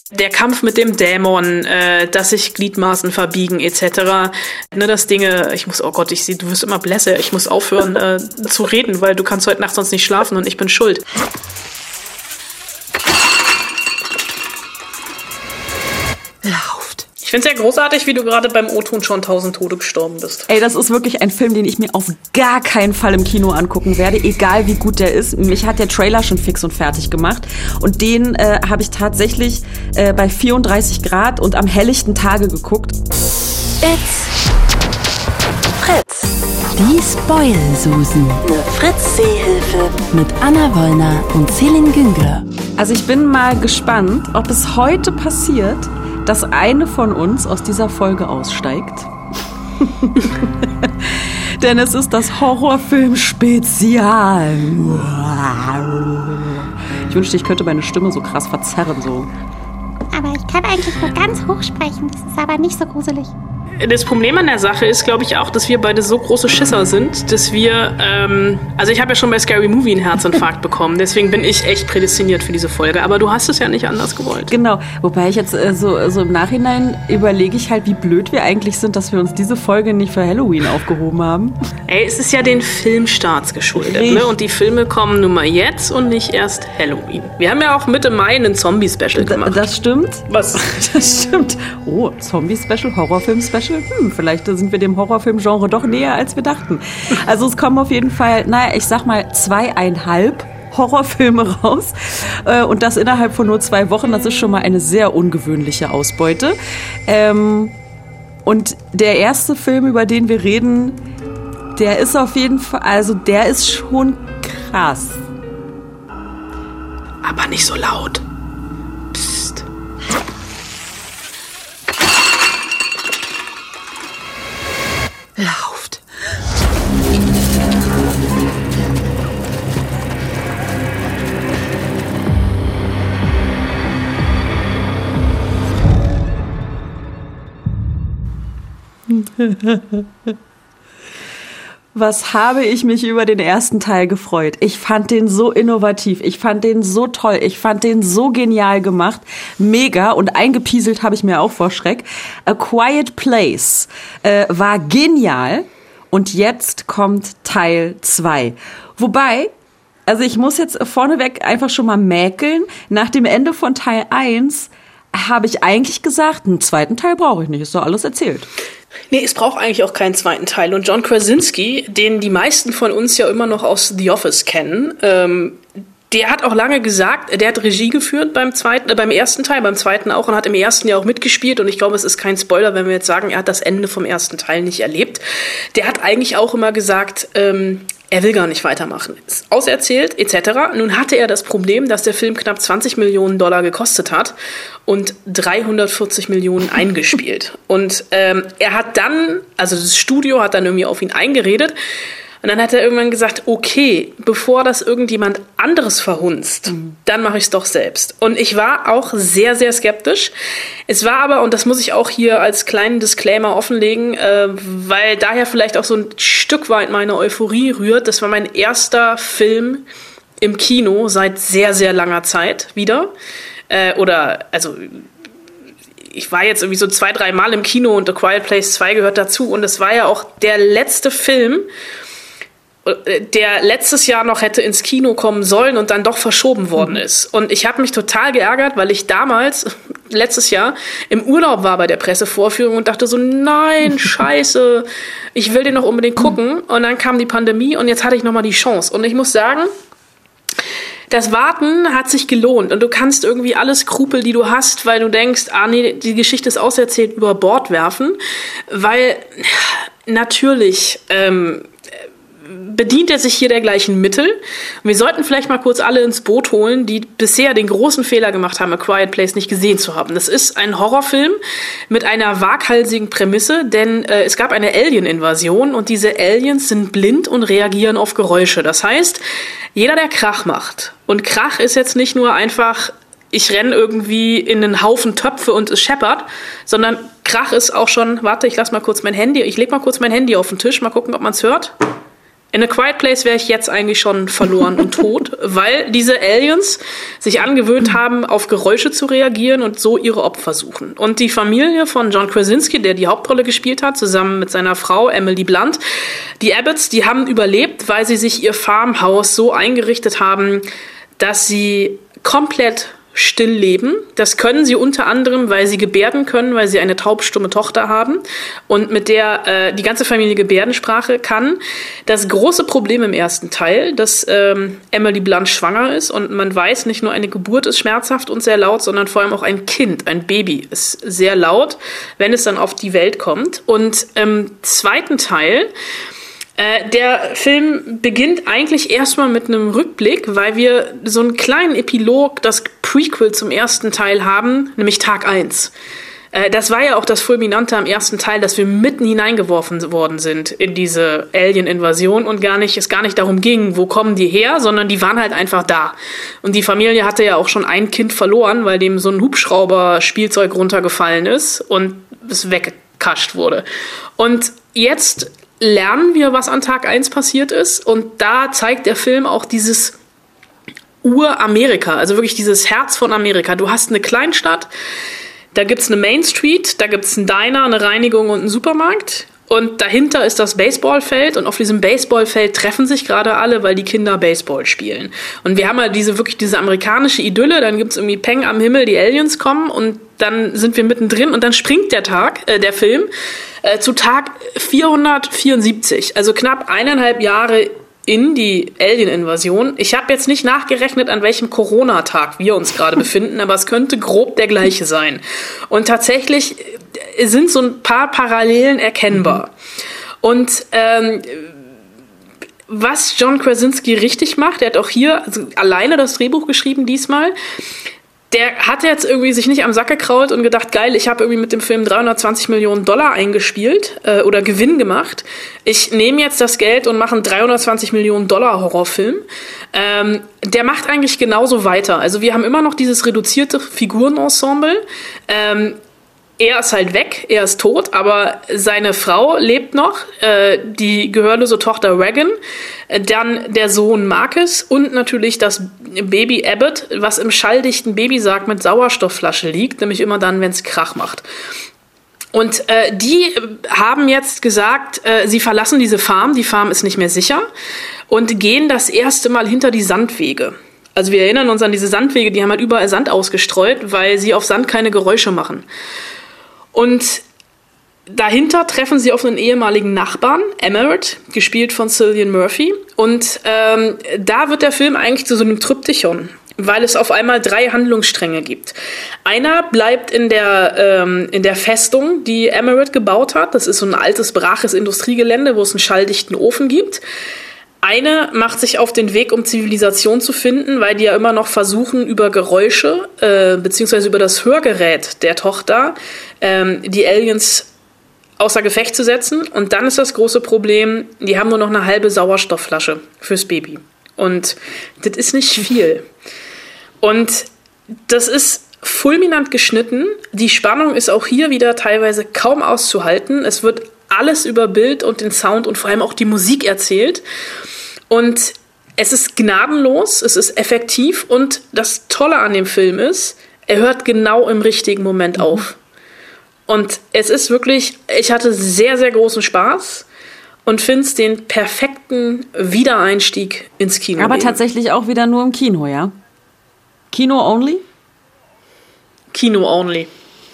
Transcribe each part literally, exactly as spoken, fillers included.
Der Kampf mit dem Dämon, äh, dass sich Gliedmaßen verbiegen et cetera. Ne, das Dinge, ich muss, oh Gott, ich sehe, du wirst immer blässe, ich muss aufhören äh, zu reden, weil du kannst heute Nacht sonst nicht schlafen und ich bin schuld. Lauft. Ich finde es sehr großartig, wie du gerade beim O-Ton schon tausend Tode gestorben bist. Ey, das ist wirklich ein Film, den ich mir auf gar keinen Fall im Kino angucken werde, egal wie gut der ist. Mich hat der Trailer schon fix und fertig gemacht. Und den äh, habe ich tatsächlich äh, bei vierunddreißig Grad und am helllichten Tage geguckt. It's Fritz. Die Spoil-Susen. Eine Fritz-Seehilfe. Mit Anna Wollner und Celine Güngler. Also ich bin mal gespannt, ob es heute passiert, dass eine von uns aus dieser Folge aussteigt. Denn es ist das Horrorfilm-Spezial. Ich wünschte, ich könnte meine Stimme so krass verzerren. So. Aber ich kann eigentlich nur ganz hoch sprechen. Das ist aber nicht so gruselig. Das Problem an der Sache ist, glaube ich, auch, dass wir beide so große Schisser sind, dass wir, ähm, also ich habe ja schon bei Scary Movie einen Herzinfarkt bekommen, deswegen bin ich echt prädestiniert für diese Folge, aber du hast es ja nicht anders gewollt. Genau, wobei ich jetzt äh, so, so im Nachhinein überlege ich halt, wie blöd wir eigentlich sind, dass wir uns diese Folge nicht für Halloween aufgehoben haben. Ey, es ist ja den Filmstarts geschuldet, ne? Und die Filme kommen nun mal jetzt und nicht erst Halloween. Wir haben ja auch Mitte Mai einen Zombie-Special gemacht. Das stimmt. Was? Das stimmt. Oh, Zombie-Special, Horrorfilm-Special. Hm, vielleicht sind wir dem Horrorfilm-Genre doch näher, als wir dachten. Also es kommen auf jeden Fall, naja, ich sag mal zweieinhalb Horrorfilme raus. Und das innerhalb von nur zwei Wochen. Das ist schon mal eine sehr ungewöhnliche Ausbeute. Ähm, und der erste Film, über den wir reden, der ist auf jeden Fall, also der ist schon krass. Aber nicht so laut. Psst. Lauft. Was habe ich mich über den ersten Teil gefreut. Ich fand den so innovativ, ich fand den so toll, ich fand den so genial gemacht, mega, und eingepieselt habe ich mir auch vor Schreck. A Quiet Place äh, war genial, und jetzt kommt Teil zwei. Wobei, also ich muss jetzt vorneweg einfach schon mal mäkeln, nach dem Ende von Teil eins habe ich eigentlich gesagt, einen zweiten Teil brauche ich nicht, ist doch alles erzählt. Nee, es braucht eigentlich auch keinen zweiten Teil. Und John Krasinski, den die meisten von uns ja immer noch aus The Office kennen, ähm, der hat auch lange gesagt, der hat Regie geführt beim zweiten, äh, beim ersten Teil, beim zweiten auch, und hat im ersten ja auch mitgespielt. Und ich glaube, es ist kein Spoiler, wenn wir jetzt sagen, er hat das Ende vom ersten Teil nicht erlebt. Der hat eigentlich auch immer gesagt, ähm, er will gar nicht weitermachen. Ist auserzählt, et cetera. Nun hatte er das Problem, dass der Film knapp zwanzig Millionen Dollar gekostet hat und dreihundertvierzig Millionen eingespielt. Und ähm, er hat dann, also das Studio hat dann irgendwie auf ihn eingeredet. Und dann hat er irgendwann gesagt, okay, bevor das irgendjemand anderes verhunzt, mhm. dann mache ich es doch selbst. Und ich war auch sehr, sehr skeptisch. Es war aber, und das muss ich auch hier als kleinen Disclaimer offenlegen, äh, weil daher vielleicht auch so ein Stück weit meine Euphorie rührt. Das war mein erster Film im Kino seit sehr, sehr langer Zeit wieder. Äh, oder, also... Ich war jetzt irgendwie so zwei, drei Mal im Kino und A Quiet Place zwei gehört dazu. Und es war ja auch der letzte Film, der letztes Jahr noch hätte ins Kino kommen sollen und dann doch verschoben worden ist. Und ich habe mich total geärgert, weil ich damals, letztes Jahr, im Urlaub war bei der Pressevorführung und dachte so, nein, scheiße, ich will den noch unbedingt gucken. Und dann kam die Pandemie und jetzt hatte ich nochmal die Chance. Und ich muss sagen, das Warten hat sich gelohnt, und du kannst irgendwie alle Skrupel, die du hast, weil du denkst, ah nee, die Geschichte ist auserzählt, über Bord werfen, weil natürlich ähm, bedient er sich hier der gleichen Mittel. Und wir sollten vielleicht mal kurz alle ins Boot holen, die bisher den großen Fehler gemacht haben, A Quiet Place nicht gesehen zu haben. Das ist ein Horrorfilm mit einer waghalsigen Prämisse, denn äh, es gab eine Alien-Invasion und diese Aliens sind blind und reagieren auf Geräusche. Das heißt, jeder, der Krach macht, und Krach ist jetzt nicht nur einfach, ich renne irgendwie in einen Haufen Töpfe und es scheppert, sondern Krach ist auch schon, warte, ich lass mal kurz mein Handy, ich leg mal kurz mein Handy auf den Tisch, mal gucken, ob man es hört. In A Quiet Place wäre ich jetzt eigentlich schon verloren und tot, weil diese Aliens sich angewöhnt haben, auf Geräusche zu reagieren und so ihre Opfer suchen. Und die Familie von John Krasinski, der die Hauptrolle gespielt hat, zusammen mit seiner Frau Emily Blunt, die Abbotts, die haben überlebt, weil sie sich ihr Farmhaus so eingerichtet haben, dass sie komplett still leben. Das können sie unter anderem, weil sie gebärden können, weil sie eine taubstumme Tochter haben und mit der äh, die ganze Familie Gebärdensprache kann. Das große Problem im ersten Teil, dass ähm, Emily Blunt schwanger ist und man weiß, nicht nur eine Geburt ist schmerzhaft und sehr laut, sondern vor allem auch ein Kind, ein Baby ist sehr laut, wenn es dann auf die Welt kommt. Und im zweiten Teil Äh, der Film beginnt eigentlich erstmal mit einem Rückblick, weil wir so einen kleinen Epilog, das Prequel zum ersten Teil haben, nämlich Tag eins. Äh, das war ja auch das Fulminante am ersten Teil, dass wir mitten hineingeworfen worden sind in diese Alien-Invasion und gar nicht, es gar nicht darum ging, wo kommen die her, sondern die waren halt einfach da. Und die Familie hatte ja auch schon ein Kind verloren, weil dem so ein Hubschrauber-Spielzeug runtergefallen ist und es weggekascht wurde. Und jetzt lernen wir, was an Tag eins passiert ist. Und da zeigt der Film auch dieses Ur-Amerika, also wirklich dieses Herz von Amerika. Du hast eine Kleinstadt, da gibt's eine Main Street, da gibt's einen Diner, eine Reinigung und einen Supermarkt. Und dahinter ist das Baseballfeld und auf diesem Baseballfeld treffen sich gerade alle, weil die Kinder Baseball spielen. Und wir haben halt diese wirklich diese amerikanische Idylle, dann gibt's irgendwie Peng am Himmel, die Aliens kommen und dann sind wir mittendrin und dann springt der Tag, äh, der Film äh, zu Tag vierhundertvierundsiebzig, also knapp eineinhalb Jahre in die Alien-Invasion. Ich habe jetzt nicht nachgerechnet, an welchem Corona-Tag wir uns gerade befinden, aber es könnte grob der gleiche sein. Und tatsächlich sind so ein paar Parallelen erkennbar. Und ähm, was John Krasinski richtig macht, der hat auch hier also alleine das Drehbuch geschrieben diesmal, der hat jetzt irgendwie sich nicht am Sack gekrault und gedacht, geil, ich habe irgendwie mit dem Film dreihundertzwanzig Millionen Dollar eingespielt äh, oder Gewinn gemacht. Ich nehme jetzt das Geld und mache einen dreihundertzwanzig Millionen Dollar Horrorfilm. Ähm, der macht eigentlich genauso weiter. Also wir haben immer noch dieses reduzierte Figurenensemble. Ähm, Er ist halt weg, er ist tot, aber seine Frau lebt noch, äh, die gehörlose Tochter Regan, äh, dann der Sohn Marcus und natürlich das Baby Abbott, was im schalldichten Babysarg mit Sauerstoffflasche liegt, nämlich immer dann, wenn es Krach macht. Und äh, die haben jetzt gesagt, äh, sie verlassen diese Farm, die Farm ist nicht mehr sicher und gehen das erste Mal hinter die Sandwege. Also wir erinnern uns an diese Sandwege, die haben halt überall Sand ausgestreut, weil sie auf Sand keine Geräusche machen. Und dahinter treffen sie auf einen ehemaligen Nachbarn, Emerald, gespielt von Cillian Murphy. Und ähm, da wird der Film eigentlich zu so einem Tryptychon, weil es auf einmal drei Handlungsstränge gibt. Einer bleibt in der, ähm, in der Festung, die Emerald gebaut hat. Das ist so ein altes, braches Industriegelände, wo es einen schalldichten Ofen gibt. Eine macht sich auf den Weg, um Zivilisation zu finden, weil die ja immer noch versuchen, über Geräusche äh, beziehungsweise über das Hörgerät der Tochter ähm, die Aliens außer Gefecht zu setzen. Und dann ist das große Problem, die haben nur noch eine halbe Sauerstoffflasche fürs Baby. Und das ist nicht viel. Und das ist fulminant geschnitten. Die Spannung ist auch hier wieder teilweise kaum auszuhalten. Es wird alles über Bild und den Sound und vor allem auch die Musik erzählt. Und es ist gnadenlos, es ist effektiv und das Tolle an dem Film ist, er hört genau im richtigen Moment auf. Und es ist wirklich, ich hatte sehr, sehr großen Spaß und finde es den perfekten Wiedereinstieg ins Kino. Aber tatsächlich auch wieder nur im Kino, ja? Kino only? Kino only.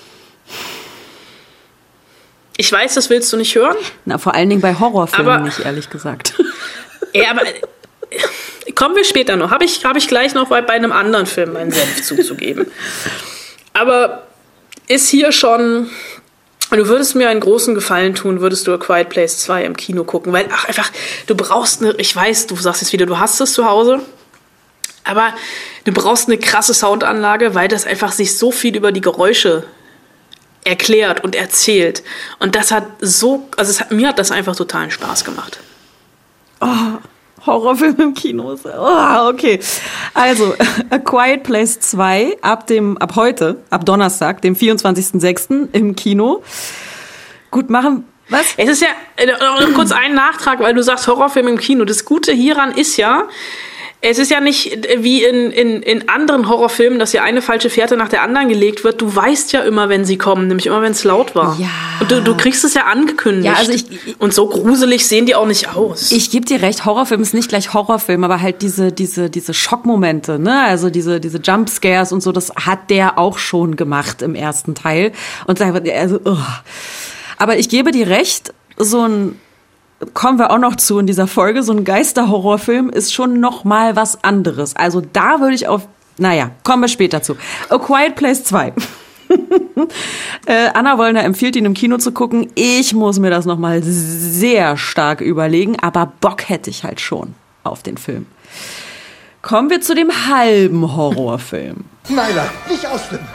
Ich weiß, das willst du nicht hören. Na, vor allen Dingen bei Horrorfilmen aber, nicht, ehrlich gesagt. Ja, aber kommen wir später noch. Habe ich, hab ich gleich noch bei, bei einem anderen Film meinen Senf zuzugeben. Aber ist hier schon... Du würdest mir einen großen Gefallen tun, würdest du A Quiet Place zwei im Kino gucken. Weil, ach, einfach, du brauchst eine... Ich weiß, du sagst jetzt wieder, du hast es zu Hause. Aber du brauchst eine krasse Soundanlage, weil das einfach sich so viel über die Geräusche erklärt und erzählt. Und das hat so, also es hat, mir hat das einfach totalen Spaß gemacht. Oh, Horrorfilm im Kino. Oh, okay. Also, A Quiet Place zwei ab dem, ab heute, ab Donnerstag, dem vierundzwanzigsten sechsten im Kino. Gut, machen, Was? Es ist ja, äh, noch kurz einen Nachtrag, weil du sagst Horrorfilm im Kino. Das Gute hieran ist ja, es ist ja nicht wie in, in, in anderen Horrorfilmen, dass hier eine falsche Fährte nach der anderen gelegt wird. Du weißt ja immer, wenn sie kommen, nämlich immer, wenn es laut war. Ja. Und du, du kriegst es ja angekündigt. Ja, also ich, und so gruselig sehen die auch nicht aus. Ich gebe dir recht, Horrorfilm ist nicht gleich Horrorfilm, aber halt diese diese diese Schockmomente, ne? Also diese diese Jumpscares und so, das hat der auch schon gemacht im ersten Teil. Und also, oh. Aber ich gebe dir recht, so ein kommen wir auch noch zu in dieser Folge, so ein Geisterhorrorfilm ist schon noch mal was anderes. Also da würde ich auf, naja, kommen wir später zu. A Quiet Place zwei. äh, Anna Wollner empfiehlt ihn im Kino zu gucken. Ich muss mir das noch mal sehr stark überlegen, aber Bock hätte ich halt schon auf den Film. Kommen wir zu dem halben Horrorfilm. Nyla, nicht ausflippen.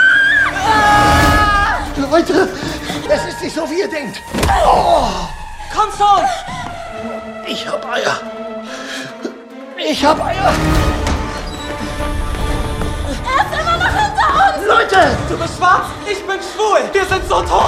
Leute, es ist nicht so, wie ihr denkt. Oh. Komm schon! Ich hab Eier. Ich hab Eier. Er ist immer noch hinter uns! Leute! Du bist schwarz, ich bin schwul. Wir sind so tot.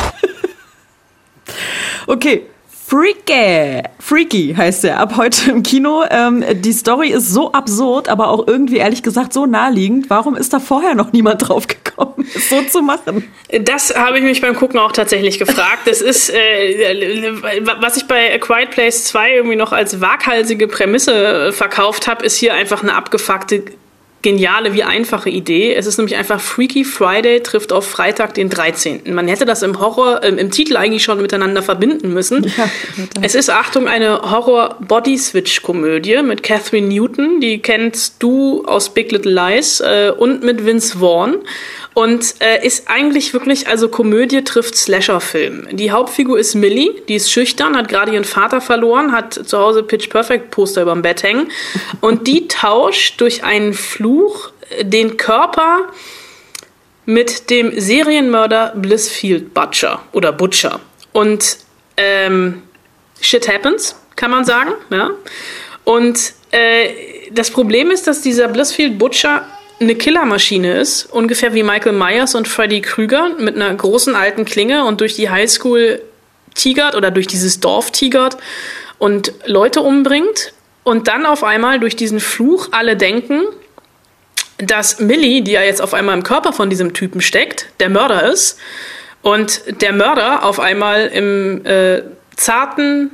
Okay. Freaky. Freaky heißt er ab heute im Kino. Ähm, die Story ist so absurd, aber auch irgendwie ehrlich gesagt so naheliegend. Warum ist da vorher noch niemand drauf gekommen, es so zu machen? Das habe ich mich beim Gucken auch tatsächlich gefragt. Das ist, äh, was ich bei A Quiet Place zwei irgendwie noch als waghalsige Prämisse verkauft habe, ist hier einfach eine abgefuckte, geniale wie einfache Idee. Es ist nämlich einfach Freaky Friday trifft auf Freitag, den dreizehnten Man hätte das im Horror, äh, im Titel eigentlich schon miteinander verbinden müssen. Ja, es ist, Achtung, eine Horror-Body-Switch-Komödie mit Catherine Newton, die kennst du aus Big Little Lies, äh, und mit Vince Vaughn. Und äh, ist eigentlich wirklich, also Komödie trifft Slasher-Film. Die Hauptfigur ist Millie, die ist schüchtern, hat gerade ihren Vater verloren, hat zu Hause Pitch Perfect Poster überm Bett hängen. Und die tauscht durch einen Fluch den Körper mit dem Serienmörder Blissfield Butcher oder Butcher. Und ähm, shit happens, kann man sagen. Ja? Und äh, das Problem ist, dass dieser Blissfield Butcher eine Killermaschine ist, ungefähr wie Michael Myers und Freddy Krüger, mit einer großen alten Klinge und durch die Highschool tigert oder durch dieses Dorf tigert und Leute umbringt. Und dann auf einmal durch diesen Fluch alle denken, dass Millie, die ja jetzt auf einmal im Körper von diesem Typen steckt, der Mörder ist. Und der Mörder auf einmal im äh, zarten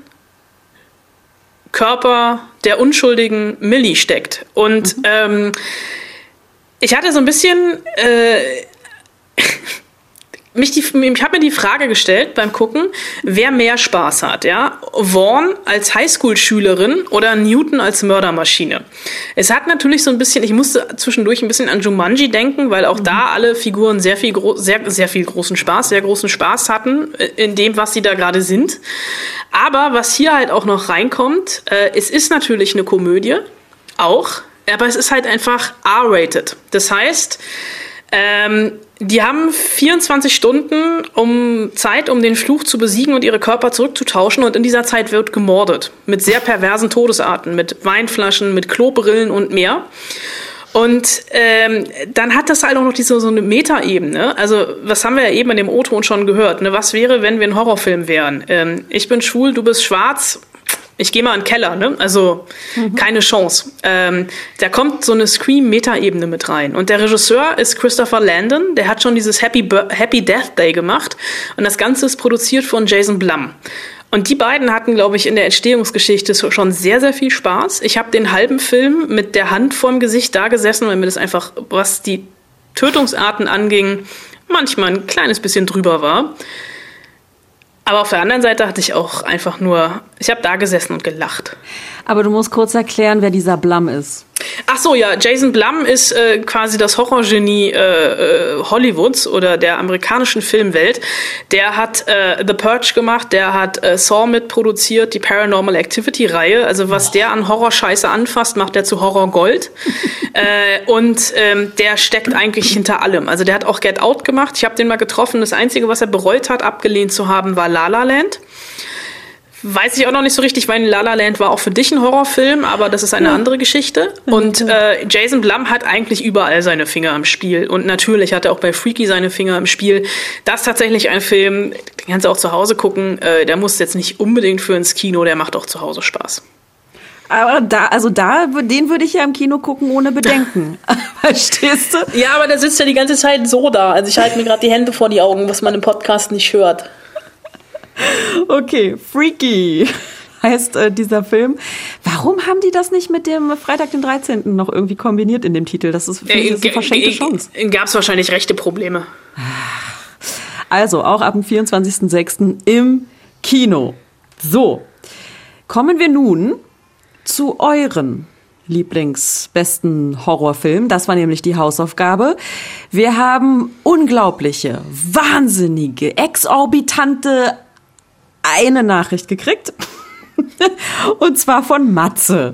Körper der unschuldigen Millie steckt. Und mhm. ähm, ich hatte so ein bisschen, äh, mich die, ich habe mir die Frage gestellt beim Gucken, wer mehr Spaß hat, ja? Vaughn als Highschool-Schülerin oder Newton als Mördermaschine. Es hat natürlich so ein bisschen, ich musste zwischendurch ein bisschen an Jumanji denken, weil auch mhm. da alle Figuren sehr viel, gro- sehr, sehr viel großen Spaß, sehr großen Spaß hatten in dem, was sie da gerade sind. Aber was hier halt auch noch reinkommt, äh, es ist natürlich eine Komödie, auch. Aber es ist halt einfach R-rated. Das heißt, ähm, die haben vierundzwanzig Stunden um Zeit, um den Fluch zu besiegen und ihre Körper zurückzutauschen. Und in dieser Zeit wird gemordet. Mit sehr perversen Todesarten. Mit Weinflaschen, mit Klobrillen und mehr. Und ähm, dann hat das halt auch noch diese, so eine Meta-Ebene. Also, was haben wir ja eben in dem O-Ton schon gehört? Ne? Was wäre, wenn wir ein Horrorfilm wären? Ähm, ich bin schwul, du bist schwarz. Ich gehe mal in den Keller, ne? Also mhm. keine Chance. Ähm, da kommt so eine Scream-Meta-Ebene mit rein. Und der Regisseur ist Christopher Landon. Der hat schon dieses Happy, Bur- Happy Death Day gemacht. Und das Ganze ist produziert von Jason Blum. Und die beiden hatten, glaube ich, in der Entstehungsgeschichte schon sehr, sehr viel Spaß. Ich habe den halben Film mit der Hand vorm Gesicht da gesessen, weil mir das einfach, was die Tötungsarten anging, manchmal ein kleines bisschen drüber war. Aber auf der anderen Seite hatte ich auch einfach nur, ich habe da gesessen und gelacht. Aber du musst kurz erklären, wer dieser Blum ist. Ach so, ja, Jason Blum ist äh, quasi das Horrorgenie äh, äh, Hollywoods oder der amerikanischen Filmwelt. Der hat äh, The Purge gemacht, der hat äh, Saw mitproduziert, die Paranormal Activity-Reihe. Also was der an Horrorscheiße anfasst, macht der zu Horror Gold. äh, und ähm, der steckt eigentlich hinter allem. Also der hat auch Get Out gemacht. Ich habe den mal getroffen. Das Einzige, was er bereut hat, abgelehnt zu haben, war La La Land. Weiß ich auch noch nicht so richtig, weil La La Land war auch für dich ein Horrorfilm, aber das ist eine ja. andere Geschichte. Und äh, Jason Blum hat eigentlich überall seine Finger im Spiel. Und natürlich hat er auch bei Freaky seine Finger im Spiel. Das ist tatsächlich ein Film, den kannst du auch zu Hause gucken. Äh, der muss jetzt nicht unbedingt für ins Kino, der macht auch zu Hause Spaß. Aber da, also da, den würde ich ja im Kino gucken ohne Bedenken. Verstehst du? Ja, aber der sitzt ja die ganze Zeit so da. Also ich halte mir gerade die Hände vor die Augen, was man im Podcast nicht hört. Okay, Freaky heißt äh, dieser Film. Warum haben die das nicht mit dem Freitag den dreizehnten noch irgendwie kombiniert in dem Titel? Das ist, äh, ist eine verschenkte äh, Chance. Gab es wahrscheinlich rechte Probleme. Also auch ab dem vierundzwanzigsten sechsten im Kino. So, kommen wir nun zu euren Lieblingsbesten Horrorfilm. Das war nämlich die Hausaufgabe. Wir haben unglaubliche, wahnsinnige, exorbitante eine Nachricht gekriegt. Und zwar von Matze.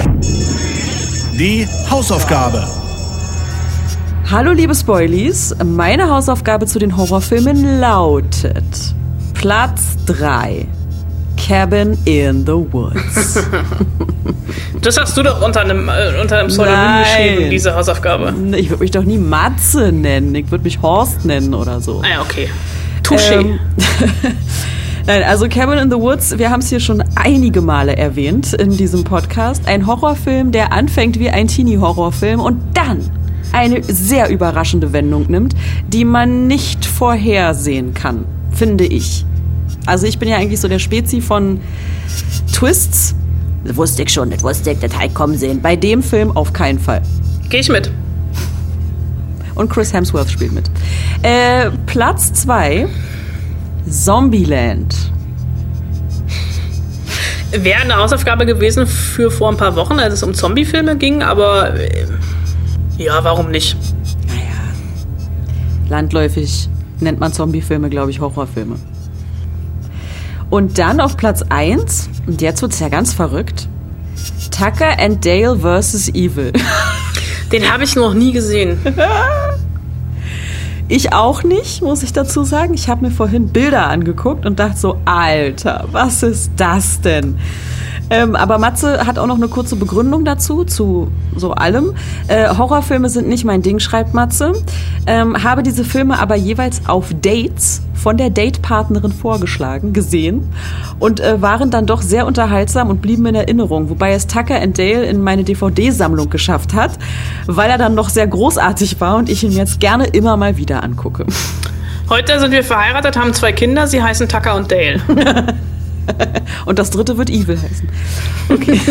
Die Hausaufgabe. Hallo liebe Spoilies, meine Hausaufgabe zu den Horrorfilmen lautet Platz drei. Cabin in the Woods. Das hast du doch unter einem, äh, unter einem Pseudonym geschrieben, diese Hausaufgabe. Ich würde mich doch nie Matze nennen. Ich würde mich Horst nennen oder so. Ah ja, okay. Touché. Ähm, Nein, also Cabin in the Woods, wir haben es hier schon einige Male erwähnt in diesem Podcast. Ein Horrorfilm, der anfängt wie ein Teenie-Horrorfilm und dann eine sehr überraschende Wendung nimmt, die man nicht vorhersehen kann, finde ich. Also ich bin ja eigentlich so der Spezi von Twists. Das wusste ich schon, das wusste ich, das halt kommen sehen. Bei dem Film auf keinen Fall. Geh ich mit. Und Chris Hemsworth spielt mit. Äh, Platz zwei, Zombieland. Wäre eine Hausaufgabe gewesen für vor ein paar Wochen, als es um Zombiefilme ging, aber äh, ja, warum nicht? Naja, landläufig nennt man Zombiefilme, glaube ich, Horrorfilme. Und dann auf Platz eins, und jetzt wird's ja ganz verrückt, Tucker and Dale versus. Evil. Den habe ich noch nie gesehen. Ich auch nicht, muss ich dazu sagen. Ich habe mir vorhin Bilder angeguckt und dachte so, Alter, was ist das denn? Ähm, aber Matze hat auch noch eine kurze Begründung dazu, zu so allem. Äh, Horrorfilme sind nicht mein Ding, schreibt Matze. Ähm, habe diese Filme aber jeweils auf Dates von der Datepartnerin vorgeschlagen, gesehen und äh, waren dann doch sehr unterhaltsam und blieben in Erinnerung. Wobei es Tucker and Dale in meine D V D-Sammlung geschafft hat, weil er dann noch sehr großartig war und ich ihn jetzt gerne immer mal wieder angucke. Heute sind wir verheiratet, haben zwei Kinder, sie heißen Tucker und Dale. Und das dritte wird Evil heißen. Okay.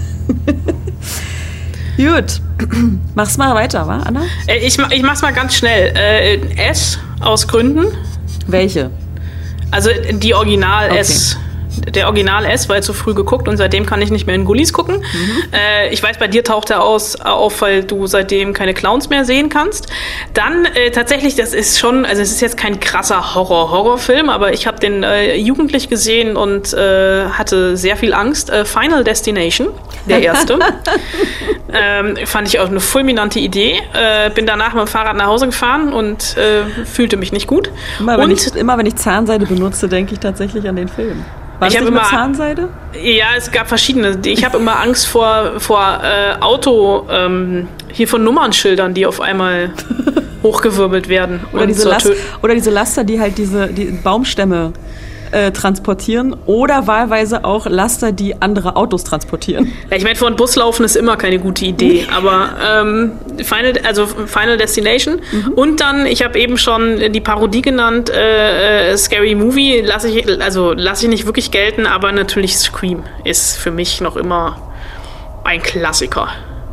Gut. Mach's mal weiter, wa, Anna? Äh, ich, ich mach's mal ganz schnell. Äh, S aus Gründen. Welche? Also die Original okay. S. Der Original S, weil zu früh geguckt und seitdem kann ich nicht mehr in Gullis gucken. Mhm. Äh, ich weiß, bei dir taucht er aus, auf, weil du seitdem keine Clowns mehr sehen kannst. Dann äh, tatsächlich, das ist schon, also es ist jetzt kein krasser Horror-Horrorfilm, aber ich habe den äh, jugendlich gesehen und äh, hatte sehr viel Angst. Äh, Final Destination, der erste. ähm, fand ich auch eine fulminante Idee. Äh, bin danach mit dem Fahrrad nach Hause gefahren und äh, fühlte mich nicht gut. Immer wenn, und, ich, immer wenn ich Zahnseide benutze, denke ich tatsächlich an den Film. War ich das nicht immer, mit Zahnseide? Ja, es gab verschiedene. Ich habe immer Angst vor, vor äh, Auto, ähm, hier von Nummernschildern, die auf einmal hochgewirbelt werden. Oder diese, so Last, oder diese Laster, die halt diese die Baumstämme äh, transportieren. Oder wahlweise auch Laster, die andere Autos transportieren. Ja, ich meine, vor einem Bus laufen ist immer keine gute Idee. Aber ähm, Final, also Final Destination. Mhm. Und dann, ich habe eben schon die Parodie genannt, äh, äh, Scary Movie, lasse ich, also lasse ich nicht wirklich gelten, aber natürlich Scream ist für mich noch immer ein Klassiker.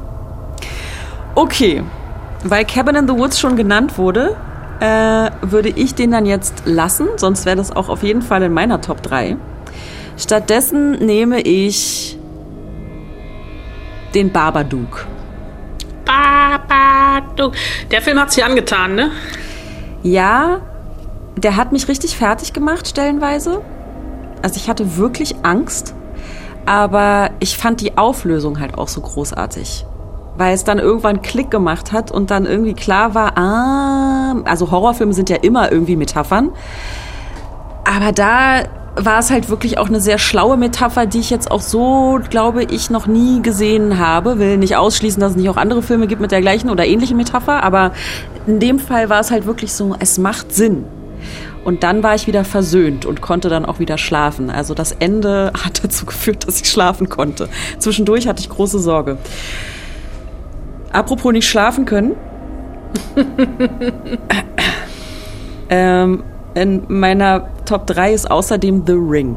Okay, weil Cabin in the Woods schon genannt wurde, äh, würde ich den dann jetzt lassen, sonst wäre das auch auf jeden Fall in meiner Top drei. Stattdessen nehme ich den Babadook. Babadook. Der Film hat's dir angetan, ne? Ja, der hat mich richtig fertig gemacht, stellenweise. Also ich hatte wirklich Angst, aber ich fand die Auflösung halt auch so großartig. Weil es dann irgendwann Klick gemacht hat und dann irgendwie klar war, ah, also Horrorfilme sind ja immer irgendwie Metaphern. Aber da war es halt wirklich auch eine sehr schlaue Metapher, die ich jetzt auch so, glaube ich, noch nie gesehen habe. Will nicht ausschließen, dass es nicht auch andere Filme gibt mit der gleichen oder ähnlichen Metapher, aber in dem Fall war es halt wirklich so, es macht Sinn. Und dann war ich wieder versöhnt und konnte dann auch wieder schlafen. Also das Ende hat dazu geführt, dass ich schlafen konnte. Zwischendurch hatte ich große Sorge. Apropos nicht schlafen können. ähm, in meiner Top drei ist außerdem The Ring.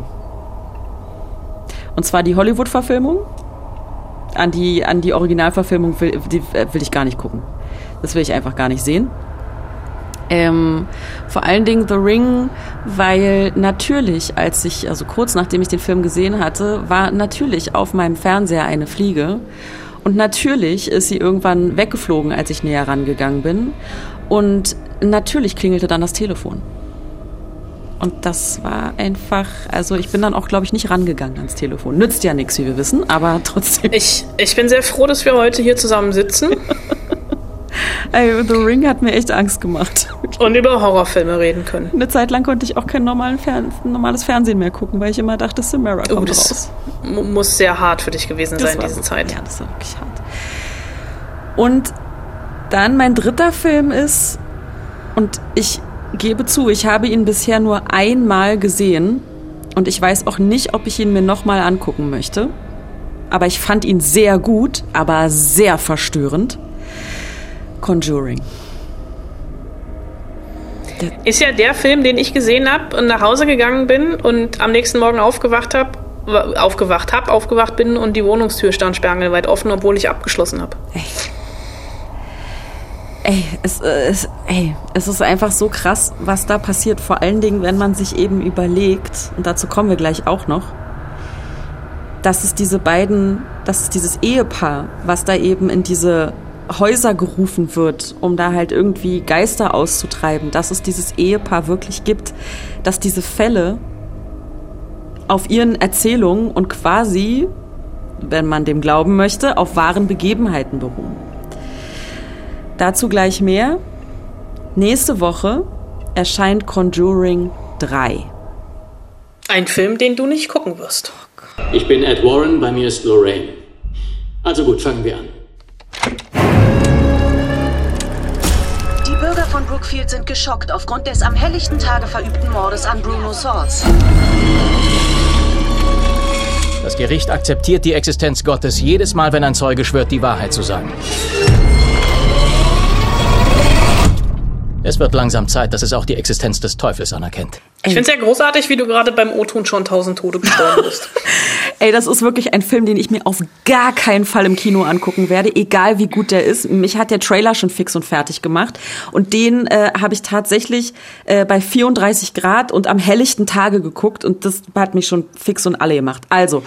Und zwar die Hollywood-Verfilmung. An die, an die Originalverfilmung will, die will ich gar nicht gucken. Das will ich einfach gar nicht sehen. Ähm, vor allen Dingen The Ring, weil natürlich, als ich, also kurz nachdem ich den Film gesehen hatte, war natürlich auf meinem Fernseher eine Fliege und natürlich ist sie irgendwann weggeflogen, als ich näher rangegangen bin und natürlich klingelte dann das Telefon. Und das war einfach, also ich bin dann auch, glaube ich, nicht rangegangen ans Telefon. Nützt ja nichts, wie wir wissen, aber trotzdem. Ich, ich bin sehr froh, dass wir heute hier zusammen sitzen. Ey, The Ring hat mir echt Angst gemacht. Und über Horrorfilme reden können. Eine Zeit lang konnte ich auch kein normalen Fern- normales Fernsehen mehr gucken, weil ich immer dachte, Samara kommt oh, das raus. M- muss sehr hart für dich gewesen Das sein, diese so, Zeit. Ja, das war wirklich hart. Und dann mein dritter Film ist, und ich gebe zu, ich habe ihn bisher nur einmal gesehen und ich weiß auch nicht, ob ich ihn mir nochmal angucken möchte. Aber ich fand ihn sehr gut, aber sehr verstörend. Conjuring. Ist ja der Film, den ich gesehen habe und nach Hause gegangen bin und am nächsten Morgen aufgewacht habe, aufgewacht habe, aufgewacht bin und die Wohnungstür stand sperrangelweit offen, obwohl ich abgeschlossen habe. Ey. Ey, es, es, ey, es ist einfach so krass, was da passiert. Vor allen Dingen, wenn man sich eben überlegt, und dazu kommen wir gleich auch noch, dass es diese beiden, dass es dieses Ehepaar, was da eben in diese Häuser gerufen wird, um da halt irgendwie Geister auszutreiben, dass es dieses Ehepaar wirklich gibt, dass diese Fälle auf ihren Erzählungen und quasi, wenn man dem glauben möchte, auf wahren Begebenheiten beruhen. Dazu gleich mehr. Nächste Woche erscheint Conjuring drei. Ein Film, den du nicht gucken wirst. Ich bin Ed Warren, bei mir ist Lorraine. Also gut, fangen wir an. Die Bürger von Brookfield sind geschockt aufgrund des am helllichten Tage verübten Mordes an Bruno Swords. Das Gericht akzeptiert die Existenz Gottes jedes Mal, wenn ein Zeuge schwört, die Wahrheit zu sagen. Es wird langsam Zeit, dass es auch die Existenz des Teufels anerkennt. Ich finde es ja großartig, wie du gerade beim O-Ton schon tausend Tode gestorben bist. Ey, das ist wirklich ein Film, den ich mir auf gar keinen Fall im Kino angucken werde, egal wie gut der ist. Mich hat der Trailer schon fix und fertig gemacht. Und den äh, habe ich tatsächlich äh, bei vierunddreißig Grad und am helllichten Tage geguckt. Und das hat mich schon fix und alle gemacht. Also,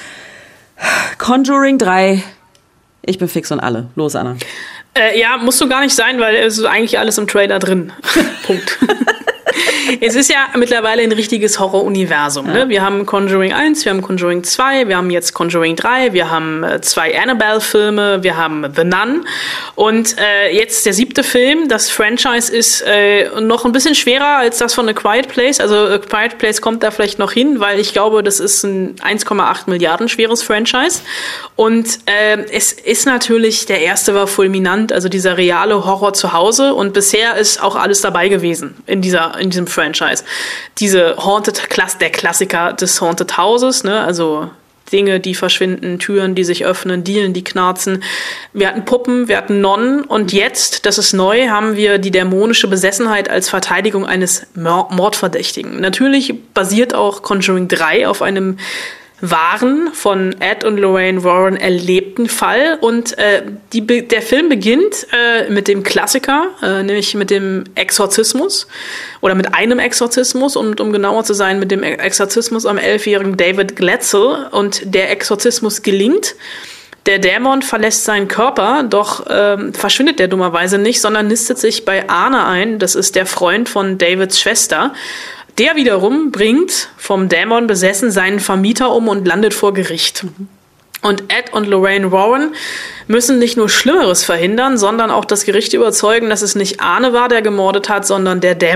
Conjuring drei, ich bin fix und alle. Los, Anna. Äh, ja, musst du gar nicht sein, weil es ist eigentlich alles im Trailer drin. Punkt. Es ist ja mittlerweile ein richtiges Horror-Universum. Ne? Wir haben Conjuring eins, wir haben Conjuring zwei, wir haben jetzt Conjuring drei, wir haben äh, zwei Annabelle-Filme, wir haben The Nun und äh, jetzt der siebte Film. Das Franchise ist äh, noch ein bisschen schwerer als das von A Quiet Place. Also A Quiet Place kommt da vielleicht noch hin, weil ich glaube, das ist ein eins Komma acht Milliarden schweres Franchise. Und äh, es ist natürlich, der erste war fulminant, also dieser reale Horror zu Hause und bisher ist auch alles dabei gewesen in dieser in diesem Franchise. Diese Haunted Class, der Klassiker des Haunted Houses, ne, also Dinge, die verschwinden, Türen, die sich öffnen, Dielen, die knarzen. Wir hatten Puppen, wir hatten Nonnen und jetzt, das ist neu, haben wir die dämonische Besessenheit als Verteidigung eines Mordverdächtigen. Natürlich basiert auch Conjuring drei auf einem wahren, von Ed und Lorraine Warren erlebten Fall. Und äh, die, der Film beginnt äh, mit dem Klassiker, äh, nämlich mit dem Exorzismus oder mit einem Exorzismus und um genauer zu sein, mit dem Exorzismus am elfjährigen David Glatzel. Und der Exorzismus gelingt. Der Dämon verlässt seinen Körper, doch ähm, verschwindet der dummerweise nicht, sondern nistet sich bei Arne ein. Das ist der Freund von Davids Schwester. Der wiederum bringt, vom Dämon besessen, seinen Vermieter um und landet vor Gericht. Und Ed und Lorraine Warren müssen nicht nur Schlimmeres verhindern, sondern auch das Gericht überzeugen, dass es nicht Arne war, der gemordet hat, sondern der Dämon.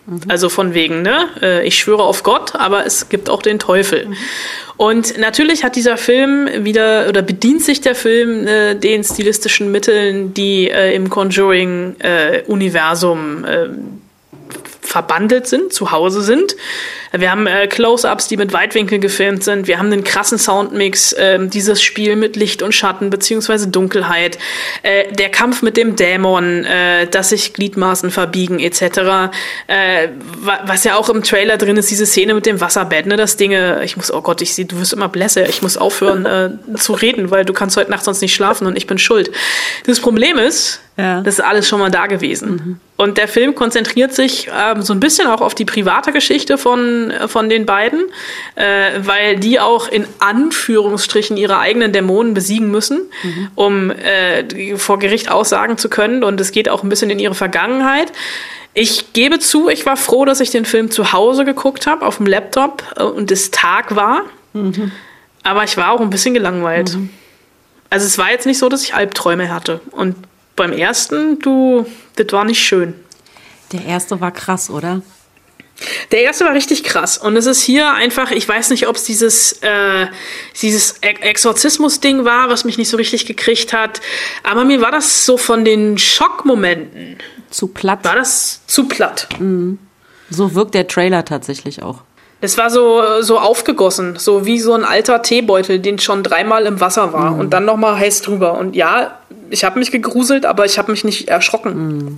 Mhm. Also von wegen, ne? Ich schwöre auf Gott, aber es gibt auch den Teufel. Mhm. Und natürlich hat dieser Film wieder, oder bedient sich der Film äh, den stilistischen Mitteln, die äh, im Conjuring-Universum äh, verbandelt sind, zu Hause sind. Wir haben äh, Close-Ups, die mit Weitwinkel gefilmt sind. Wir haben einen krassen Soundmix, äh, dieses Spiel mit Licht und Schatten beziehungsweise Dunkelheit, äh, der Kampf mit dem Dämon, äh, dass sich Gliedmaßen verbiegen et cetera. Äh, was ja auch im Trailer drin ist, diese Szene mit dem Wasserbett, ne, das Ding, äh, ich muss, oh Gott, ich sehe, du wirst immer blässer, ich muss aufhören äh, zu reden, weil du kannst heute Nacht sonst nicht schlafen und ich bin schuld. Das Problem ist, ja. das ist alles schon mal da gewesen. Mhm. Und der Film konzentriert sich ähm, so ein bisschen auch auf die private Geschichte von, von den beiden, äh, weil die auch in Anführungsstrichen ihre eigenen Dämonen besiegen müssen, mhm. um äh, vor Gericht aussagen zu können. Und es geht auch ein bisschen in ihre Vergangenheit. Ich gebe zu, ich war froh, dass ich den Film zu Hause geguckt habe, auf dem Laptop äh, und es Tag war. Mhm. Aber ich war auch ein bisschen gelangweilt. Mhm. Also es war jetzt nicht so, dass ich Albträume hatte. Und beim ersten, du, das war nicht schön. Der erste war krass, oder? Der erste war richtig krass. Und es ist hier einfach, ich weiß nicht, ob es dieses, äh, dieses Exorzismus-Ding war, was mich nicht so richtig gekriegt hat. Aber mir war das so von den Schockmomenten. Zu platt. War das zu platt. Mhm. So wirkt der Trailer tatsächlich auch. Es war so, so aufgegossen, so wie so ein alter Teebeutel, den schon dreimal im Wasser war mhm. und dann nochmal heiß drüber. Und ja, ich habe mich gegruselt, aber ich habe mich nicht erschrocken. Mhm.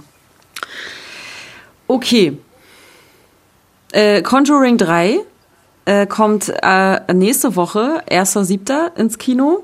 Okay. Äh, Conjuring drei äh, kommt äh, nächste Woche, erster siebter ins Kino.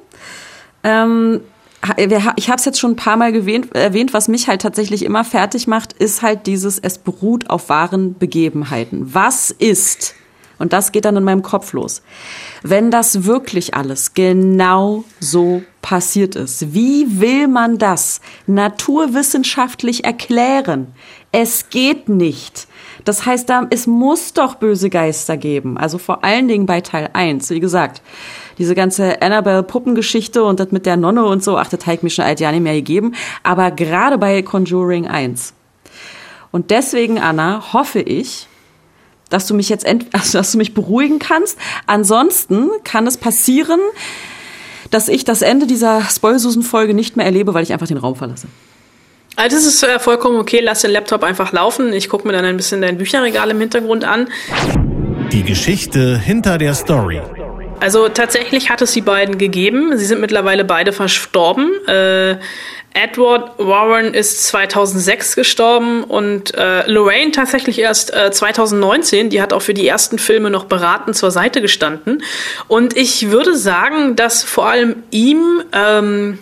Ähm, ich habe es jetzt schon ein paar Mal erwähnt, erwähnt, was mich halt tatsächlich immer fertig macht, ist halt dieses, es beruht auf wahren Begebenheiten. Was ist... Und das geht dann in meinem Kopf los. Wenn das wirklich alles genau so passiert ist, wie will man das naturwissenschaftlich erklären? Es geht nicht. Das heißt, es muss doch böse Geister geben. Also vor allen Dingen bei Teil eins. Wie gesagt, diese ganze Annabelle-Puppengeschichte und das mit der Nonne und so, ach, das hat mir schon alt Jahr nicht mehr gegeben. Aber gerade bei Conjuring eins. Und deswegen, Anna, hoffe ich, dass du mich jetzt ent- also, dass du mich beruhigen kannst. Ansonsten kann es passieren, dass ich das Ende dieser Spoilsusen-Folge nicht mehr erlebe, weil ich einfach den Raum verlasse. Also das ist äh, vollkommen okay. Lass den Laptop einfach laufen. Ich gucke mir dann ein bisschen dein Bücherregal im Hintergrund an. Die Geschichte hinter der Story. Also tatsächlich hat es die beiden gegeben. Sie sind mittlerweile beide verstorben. Äh, Edward Warren ist zweitausendsechs gestorben und äh, Lorraine tatsächlich erst äh, zweitausendneunzehn. Die hat auch für die ersten Filme noch beratend zur Seite gestanden. Und ich würde sagen, dass vor allem ihm ähm,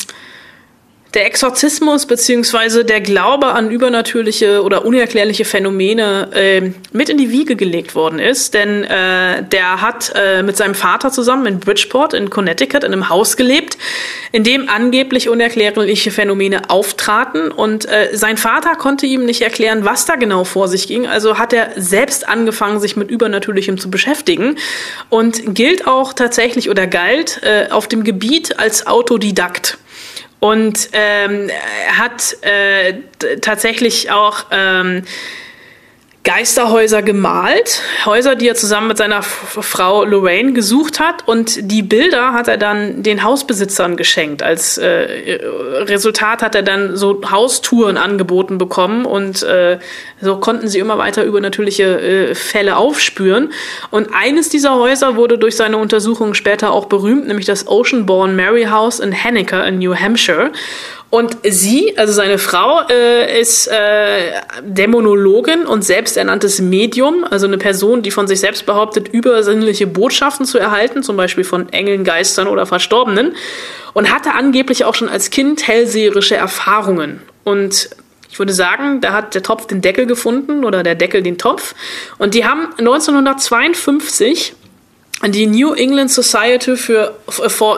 der Exorzismus beziehungsweise der Glaube an übernatürliche oder unerklärliche Phänomene äh, mit in die Wiege gelegt worden ist. Denn äh, der hat äh, mit seinem Vater zusammen in Bridgeport in Connecticut in einem Haus gelebt, in dem angeblich unerklärliche Phänomene auftraten. Und äh, sein Vater konnte ihm nicht erklären, was da genau vor sich ging. Also hat er selbst angefangen, sich mit Übernatürlichem zu beschäftigen und gilt auch tatsächlich oder galt äh, auf dem Gebiet als Autodidakt. Und ähm, er hat äh, t- tatsächlich auch ähm, Geisterhäuser gemalt, Häuser, die er zusammen mit seiner F- Frau Lorraine gesucht hat, und die Bilder hat er dann den Hausbesitzern geschenkt. Als äh, Resultat hat er dann so Haustouren angeboten bekommen, und äh, so konnten sie immer weiter übernatürliche äh, Fälle aufspüren. Und eines dieser Häuser wurde durch seine Untersuchungen später auch berühmt, nämlich das Oceanbourne Mary House in Henniker in New Hampshire. Und sie, also seine Frau, äh, ist äh, Dämonologin und selbsternanntes Medium, also eine Person, die von sich selbst behauptet, übersinnliche Botschaften zu erhalten, zum Beispiel von Engeln, Geistern oder Verstorbenen, und hatte angeblich auch schon als Kind hellseherische Erfahrungen. Und ich würde sagen, da hat der Topf den Deckel gefunden oder der Deckel den Topf. Und die haben neunzehnhundertzweiundfünfzig die New England Society für, for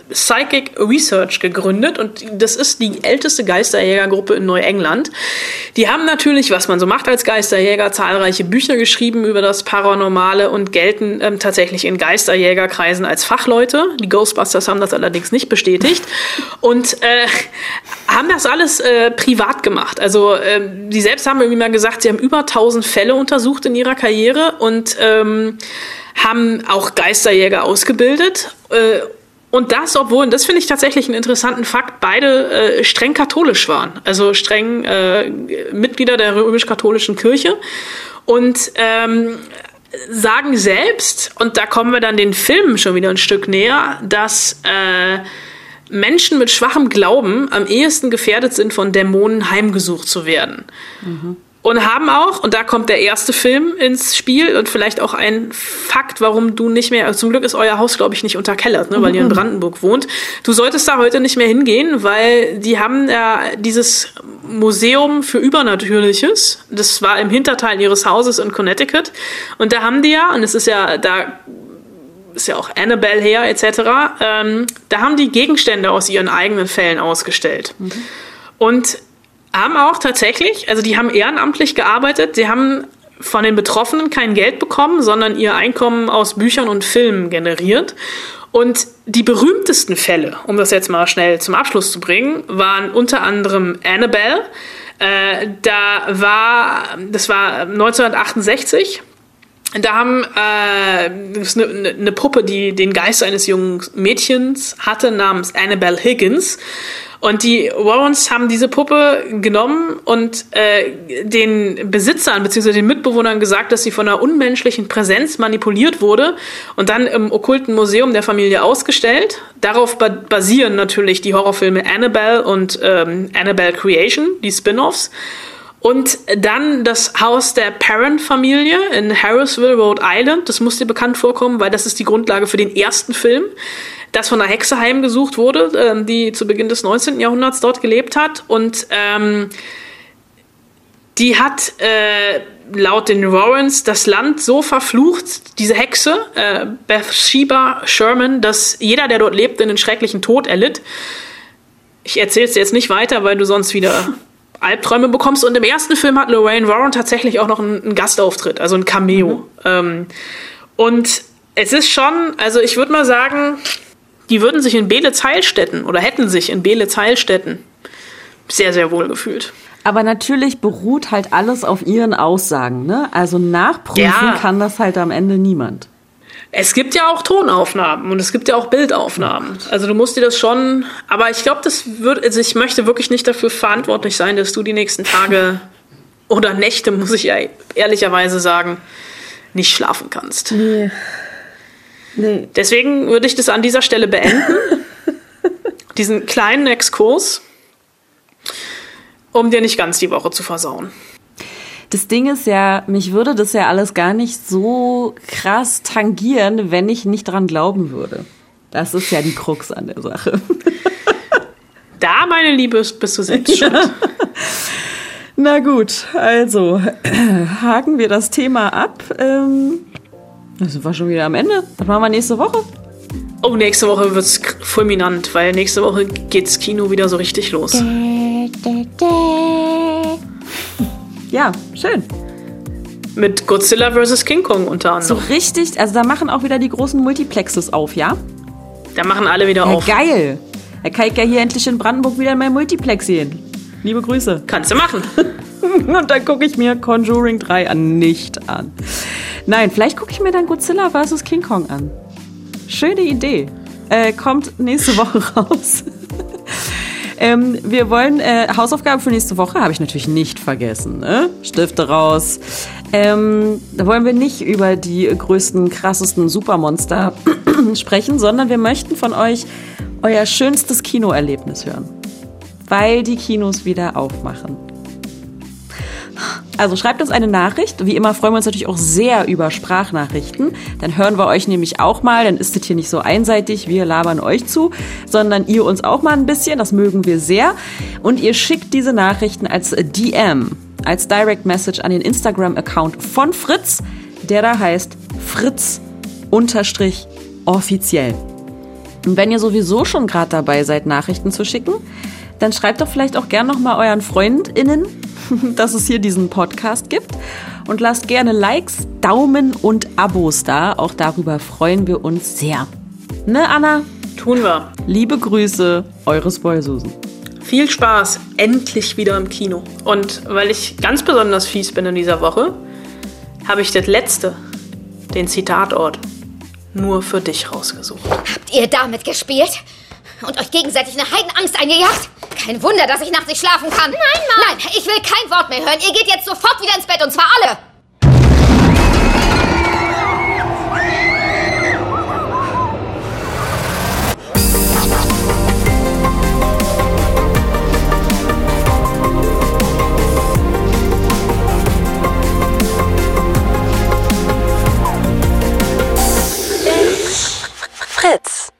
Psychic Research gegründet und das ist die älteste Geisterjägergruppe in Neuengland. Die haben natürlich, was man so macht als Geisterjäger, zahlreiche Bücher geschrieben über das Paranormale und gelten ähm, tatsächlich in Geisterjägerkreisen als Fachleute. Die Ghostbusters haben das allerdings nicht bestätigt und äh, haben das alles äh, privat gemacht. Also äh, die selbst haben irgendwie mal gesagt, sie haben über tausend Fälle untersucht in ihrer Karriere und ähm, haben auch Geisterjäger ausgebildet. Äh, Und das, obwohl, das finde ich tatsächlich einen interessanten Fakt, beide äh, streng katholisch waren. Also streng äh, Mitglieder der römisch-katholischen Kirche. Und ähm, sagen selbst, und da kommen wir dann den Filmen schon wieder ein Stück näher, dass äh, Menschen mit schwachem Glauben am ehesten gefährdet sind, von Dämonen heimgesucht zu werden. Mhm. Und haben auch, und da kommt der erste Film ins Spiel und vielleicht auch ein Fakt, warum du nicht mehr, also zum Glück ist euer Haus, glaube ich, nicht unterkellert, ne, weil ihr in Brandenburg wohnt. Du solltest da heute nicht mehr hingehen, weil die haben ja dieses Museum für Übernatürliches, das war im Hinterteil ihres Hauses in Connecticut. Und da haben die ja, und es ist ja, da ist ja auch Annabelle her, et cetera, ähm, da haben die Gegenstände aus ihren eigenen Fällen ausgestellt. Mhm. Und haben auch tatsächlich, also die haben ehrenamtlich gearbeitet, sie haben von den Betroffenen kein Geld bekommen, sondern ihr Einkommen aus Büchern und Filmen generiert. Und die berühmtesten Fälle, um das jetzt mal schnell zum Abschluss zu bringen, waren unter anderem Annabelle. Äh, da war, das war neunzehnhundertachtundsechzig. Da haben äh, das ist eine, eine Puppe, die den Geist eines jungen Mädchens hatte, namens Annabelle Higgins. Und die Warrens haben diese Puppe genommen und äh, den Besitzern bzw. den Mitbewohnern gesagt, dass sie von einer unmenschlichen Präsenz manipuliert wurde und dann im okkulten Museum der Familie ausgestellt. Darauf ba- basieren natürlich die Horrorfilme Annabelle und ähm, Annabelle Creation, die Spin-offs. Und dann das Haus der Perron-Familie in Harrisville, Rhode Island. Das muss dir bekannt vorkommen, weil das ist die Grundlage für den ersten Film, das von einer Hexe heimgesucht wurde, die zu Beginn des neunzehnten Jahrhunderts dort gelebt hat. Und ähm, die hat äh, laut den Warrens das Land so verflucht, diese Hexe, äh, Bathsheba Sherman, dass jeder, der dort lebte, einen schrecklichen Tod erlitt. Ich erzähle es dir jetzt nicht weiter, weil du sonst wieder Albträume bekommst. Und im ersten Film hat Lorraine Warren tatsächlich auch noch einen, einen Gastauftritt, also ein Cameo. Mhm. Ähm, und es ist schon, also ich würde mal sagen, die würden sich in Beelitz-Heilstätten oder hätten sich in Beelitz-Heilstätten sehr, sehr wohl gefühlt. Aber natürlich beruht halt alles auf ihren Aussagen, ne? Also nachprüfen ja. kann das halt am Ende niemand. Es gibt ja auch Tonaufnahmen und es gibt ja auch Bildaufnahmen. Also du musst dir das schon, aber ich glaube, das wird, also ich möchte wirklich nicht dafür verantwortlich sein, dass du die nächsten Tage oder Nächte, muss ich ja ehrlicherweise sagen, nicht schlafen kannst. Nee. Nee. Deswegen würde ich das an dieser Stelle beenden. Diesen kleinen Exkurs, um dir nicht ganz die Woche zu versauen. Das Ding ist ja, mich würde das ja alles gar nicht so krass tangieren, wenn ich nicht dran glauben würde. Das ist ja die Krux an der Sache. Da, meine Liebe, bist du selbst schuld. Na gut, also haken wir das Thema ab. Ähm, da sind wir schon wieder am Ende. Was machen wir nächste Woche? Oh, nächste Woche wird's fulminant, weil nächste Woche geht's Kino wieder so richtig los. Ja, schön. Mit Godzilla versus. King Kong unter anderem. So richtig, also da machen auch wieder die großen Multiplexes auf, ja? Da machen alle wieder ja, auf. Geil. Da kann ich ja hier endlich in Brandenburg wieder in mein Multiplex sehen. Liebe Grüße. Kannst du machen. Und dann gucke ich mir Conjuring drei an nicht an. Nein, vielleicht gucke ich mir dann Godzilla versus. King Kong an. Schöne Idee. Äh, kommt nächste Woche raus. ähm, wir wollen, äh, Hausaufgabe für nächste Woche, habe ich natürlich nicht vergessen, ne? Stifte raus. Ähm, da wollen wir nicht über die größten, krassesten Supermonster sprechen, sondern wir möchten von euch euer schönstes Kinoerlebnis hören. Weil die Kinos wieder aufmachen. Also schreibt uns eine Nachricht. Wie immer freuen wir uns natürlich auch sehr über Sprachnachrichten. Dann hören wir euch nämlich auch mal. Dann ist es hier nicht so einseitig, wir labern euch zu, sondern ihr uns auch mal ein bisschen. Das mögen wir sehr. Und ihr schickt diese Nachrichten als D M, als Direct Message an den Instagram-Account von Fritz, der da heißt Fritz-offiziell. Und wenn ihr sowieso schon gerade dabei seid, Nachrichten zu schicken, dann schreibt doch vielleicht auch gern nochmal euren FreundInnen, dass es hier diesen Podcast gibt. Und lasst gerne Likes, Daumen und Abos da. Auch darüber freuen wir uns sehr. Ne, Anna? Tun wir. Liebe Grüße, eure Spoilsusen. Viel Spaß, endlich wieder im Kino. Und weil ich ganz besonders fies bin in dieser Woche, habe ich das letzte, den Zitatort, nur für dich rausgesucht. Habt ihr damit gespielt? Und euch gegenseitig eine Heidenangst eingejagt? Kein Wunder, dass ich nachts nicht schlafen kann. Nein, Mann! Nein, ich will kein Wort mehr hören. Ihr geht jetzt sofort wieder ins Bett, und zwar alle! Fritz.